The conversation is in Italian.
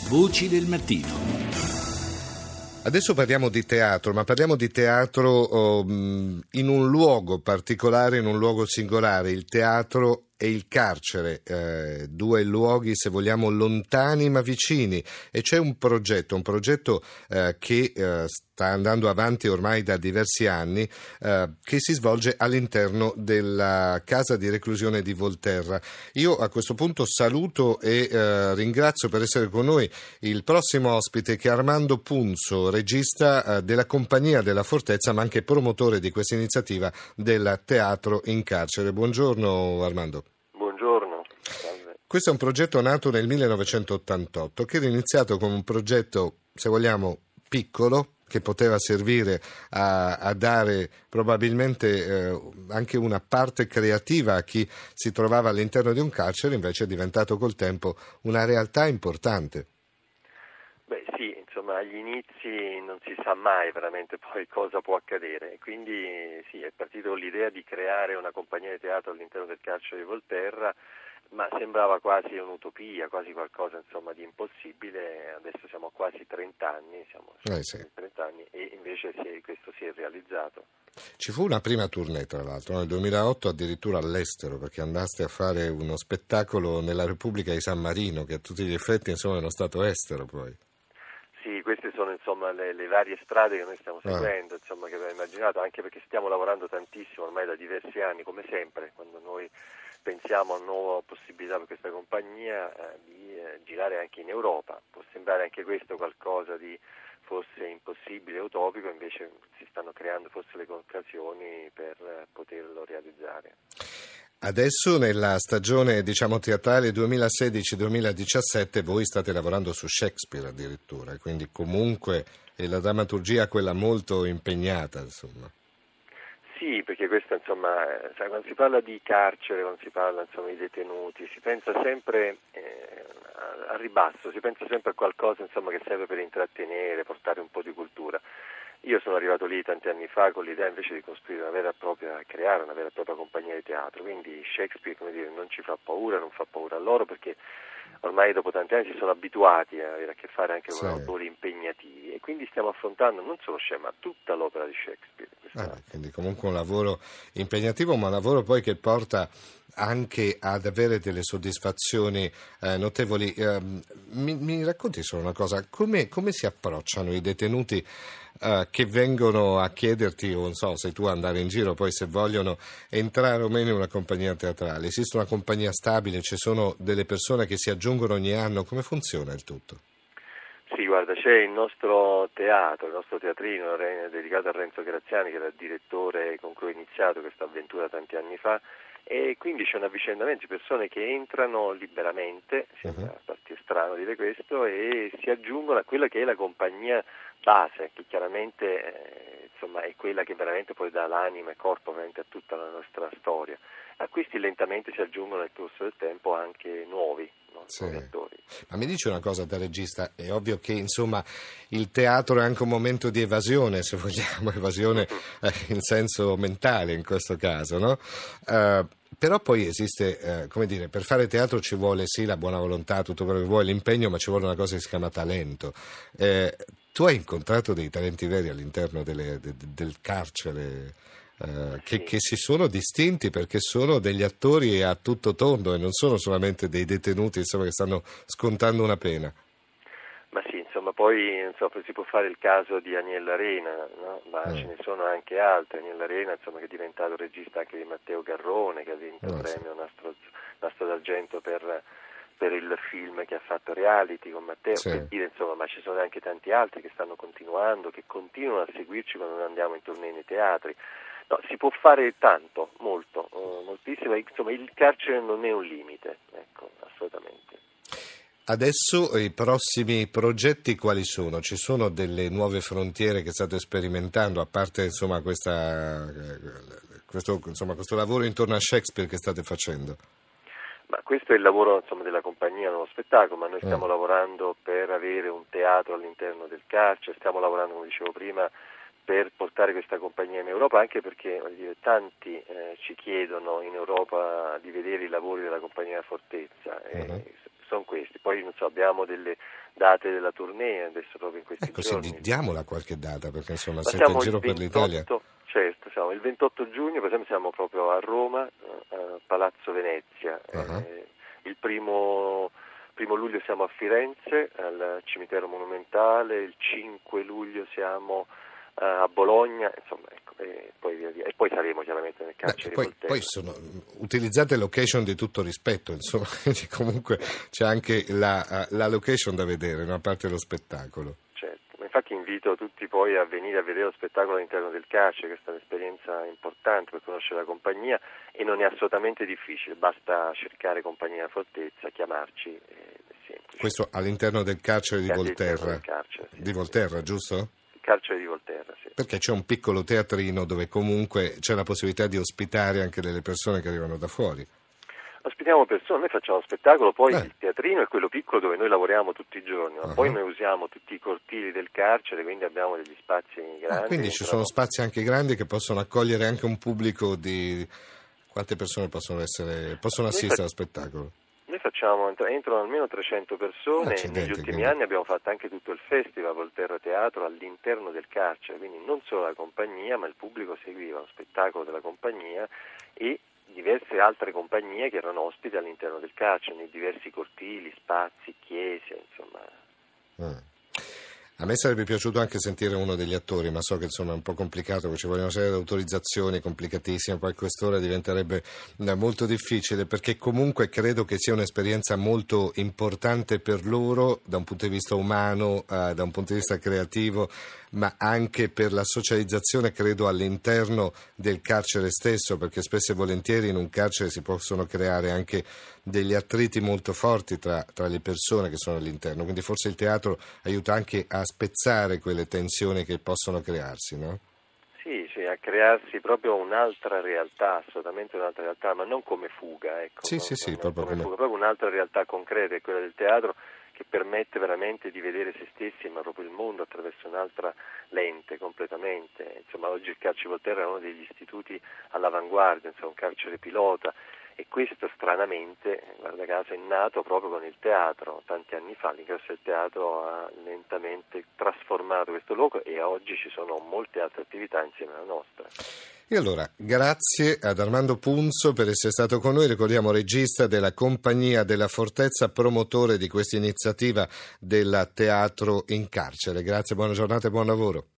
Voci del mattino. Adesso parliamo di teatro, ma parliamo di teatro in un luogo particolare, in un luogo singolare, il teatro e il carcere, due luoghi, se vogliamo, lontani ma vicini, e c'è un progetto che sta andando avanti ormai da diversi anni, che si svolge all'interno della casa di reclusione di Volterra. Io a questo punto saluto e ringrazio per essere con noi il prossimo ospite, che è Armando Punzo, regista della Compagnia della Fortezza, ma anche promotore di questa iniziativa del teatro in carcere. Buongiorno Armando. Buongiorno. Salve. Questo è un progetto nato nel 1988, che era iniziato come un progetto, se vogliamo, piccolo, che poteva servire a dare probabilmente anche una parte creativa a chi si trovava all'interno di un carcere. Invece è diventato col tempo una realtà importante. Beh sì, insomma agli inizi non si sa mai veramente poi cosa può accadere, quindi sì, è partito con l'idea di creare una compagnia di teatro all'interno del carcere di Volterra, ma sembrava quasi un'utopia, quasi qualcosa insomma di impossibile. Adesso siamo a quasi 30 anni, Sì. 30 anni, e invece questo si è realizzato. Ci fu una prima tournée, tra l'altro, nel 2008 addirittura all'estero, perché andaste a fare uno spettacolo nella Repubblica di San Marino, che a tutti gli effetti insomma è uno stato estero poi. Sì, queste sono insomma le varie strade che noi stiamo seguendo, insomma, che abbiamo immaginato, anche perché stiamo lavorando tantissimo ormai da diversi anni, come sempre, quando noi pensiamo a nuove possibilità per questa compagnia di girare anche in Europa. Può sembrare anche questo qualcosa di forse impossibile, utopico, invece si stanno creando forse le occasioni per poterlo realizzare. Adesso nella stagione, diciamo, teatrale 2016-2017 voi state lavorando su Shakespeare addirittura, quindi comunque è la drammaturgia quella molto impegnata, insomma. Sì, perché questo insomma, sai, quando si parla di carcere, quando si parla insomma di detenuti, si pensa sempre al ribasso, si pensa sempre a qualcosa insomma che serve per intrattenere, portare un po' di cultura. Io sono arrivato lì tanti anni fa con l'idea invece di costruire creare una vera e propria compagnia di teatro, quindi Shakespeare, come dire, non ci fa paura, non fa paura a loro, perché ormai dopo tanti anni si sono abituati a avere a che fare anche con autori impegnativi, e quindi stiamo affrontando non solo Shakespeare, ma tutta l'opera di Shakespeare. Quindi comunque un lavoro impegnativo, ma un lavoro poi che porta anche ad avere delle soddisfazioni notevoli. Mi racconti solo una cosa: come si approcciano i detenuti che vengono a chiederti, o non so, se tu andare in giro, poi se vogliono entrare o meno in una compagnia teatrale? Esiste una compagnia stabile? Ci sono delle persone che si aggiungono ogni anno? Come funziona il tutto? Sì, guarda, c'è il nostro teatro, il nostro teatrino dedicato a Renzo Graziani, che era il direttore con cui ho iniziato questa avventura tanti anni fa, e quindi c'è un avvicendamento di persone che entrano liberamente, sembra farti strano dire questo, e si aggiungono a quella che è la compagnia base, che chiaramente insomma è quella che veramente poi dà l'anima e corpo veramente a tutta la nostra storia. A questi lentamente si aggiungono nel corso del tempo anche nuovi attori. Ma mi dici una cosa da regista: è ovvio che insomma il teatro è anche un momento di evasione, se vogliamo, evasione in senso mentale in questo caso, no? Però poi esiste, come dire, per fare teatro ci vuole sì la buona volontà, tutto quello che vuoi, l'impegno, ma ci vuole una cosa che si chiama talento. Tu hai incontrato dei talenti veri all'interno del carcere, che si sono distinti perché sono degli attori a tutto tondo e non sono solamente dei detenuti, insomma, che stanno scontando una pena. Ma sì, insomma, poi si può fare il caso di Aniello Arena, no? Ma ce ne sono anche altri. Aniello Arena, insomma, che è diventato regista anche di Matteo Garrone, che ha vinto il premio Nastro d'Argento per il film che ha fatto Reality con Matteo, per dire, insomma, ma ci sono anche tanti altri che stanno continuando, che continuano a seguirci quando noi andiamo in tournée nei teatri. No, si può fare tanto, molto, moltissimo, insomma il carcere non è un limite, ecco, assolutamente. Adesso i prossimi progetti quali sono? Ci sono delle nuove frontiere che state sperimentando, a parte insomma questo lavoro intorno a Shakespeare che state facendo? Ma questo è il lavoro insomma della compagnia, nello spettacolo, ma noi stiamo lavorando per avere un teatro all'interno del carcere, stiamo lavorando, come dicevo prima, per portare questa compagnia in Europa, anche perché tanti ci chiedono in Europa di vedere i lavori della compagnia Fortezza, sono questi. Poi non so, abbiamo delle date della tournée adesso proprio in questi giorni. Sì, diamola qualche data, perché insomma Ma siete in siamo giro il per 28, l'Italia. certo, siamo il 28 giugno, per esempio siamo proprio a Roma, a Palazzo Venezia. Uh-huh. Il primo luglio siamo a Firenze, al cimitero monumentale, il 5 luglio siamo a Bologna, insomma, ecco, e poi via via. E poi saremo chiaramente nel carcere di Volterra. Poi utilizzate location di tutto rispetto, insomma, quindi comunque c'è anche la location da vedere, no? A parte lo spettacolo. Certo, ma infatti invito tutti poi a venire a vedere lo spettacolo all'interno del carcere, questa è un'esperienza importante per conoscere la compagnia e non è assolutamente difficile, basta cercare Compagnia Fortezza, chiamarci, è semplice. Questo all'interno del carcere di Volterra. Del carcere, sì, di Volterra, giusto? Il carcere di Volterra, sì. Perché c'è un piccolo teatrino dove comunque c'è la possibilità di ospitare anche delle persone che arrivano da fuori. Ospitiamo persone, noi facciamo spettacolo, poi il teatrino è quello piccolo dove noi lavoriamo tutti i giorni, ma poi noi usiamo tutti i cortili del carcere, quindi abbiamo degli spazi grandi. Quindi ci sono spazi anche grandi che possono accogliere anche un pubblico di... Quante persone possono assistere allo spettacolo? Noi entrano almeno 300 persone e negli ultimi anni abbiamo fatto anche tutto il festival Volterra Teatro all'interno del carcere, quindi non solo la compagnia, ma il pubblico seguiva lo spettacolo della compagnia e diverse altre compagnie che erano ospiti all'interno del carcere, nei diversi cortili, spazi, chiese, insomma. A me sarebbe piaciuto anche sentire uno degli attori, ma so che insomma è un po' complicato, perché ci vogliono una serie di autorizzazioni complicatissime, poi a quest'ora diventerebbe molto difficile, perché comunque credo che sia un'esperienza molto importante per loro, da un punto di vista umano, da un punto di vista creativo, ma anche per la socializzazione, credo, all'interno del carcere stesso, perché spesso e volentieri in un carcere si possono creare anche degli attriti molto forti tra le persone che sono all'interno, quindi forse il teatro aiuta anche a spezzare quelle tensioni che possono crearsi, no? Sì, a crearsi proprio un'altra realtà, assolutamente un'altra realtà, ma non come fuga, ecco. Sì, proprio come fuga, proprio un'altra realtà concreta, è quella del teatro, che permette veramente di vedere se stessi, ma proprio il mondo attraverso un'altra lente completamente. Insomma, oggi il carcere Volterra è uno degli istituti all'avanguardia, insomma, un carcere pilota, e questo stranamente, guarda caso, è nato proprio con il teatro tanti anni fa. L'ingresso del teatro ha lentamente trasformato questo luogo e oggi ci sono molte altre attività insieme alla nostra. E allora, grazie ad Armando Punzo per essere stato con noi, ricordiamo regista della Compagnia della Fortezza, promotore di questa iniziativa del teatro in carcere. Grazie, buona giornata e buon lavoro.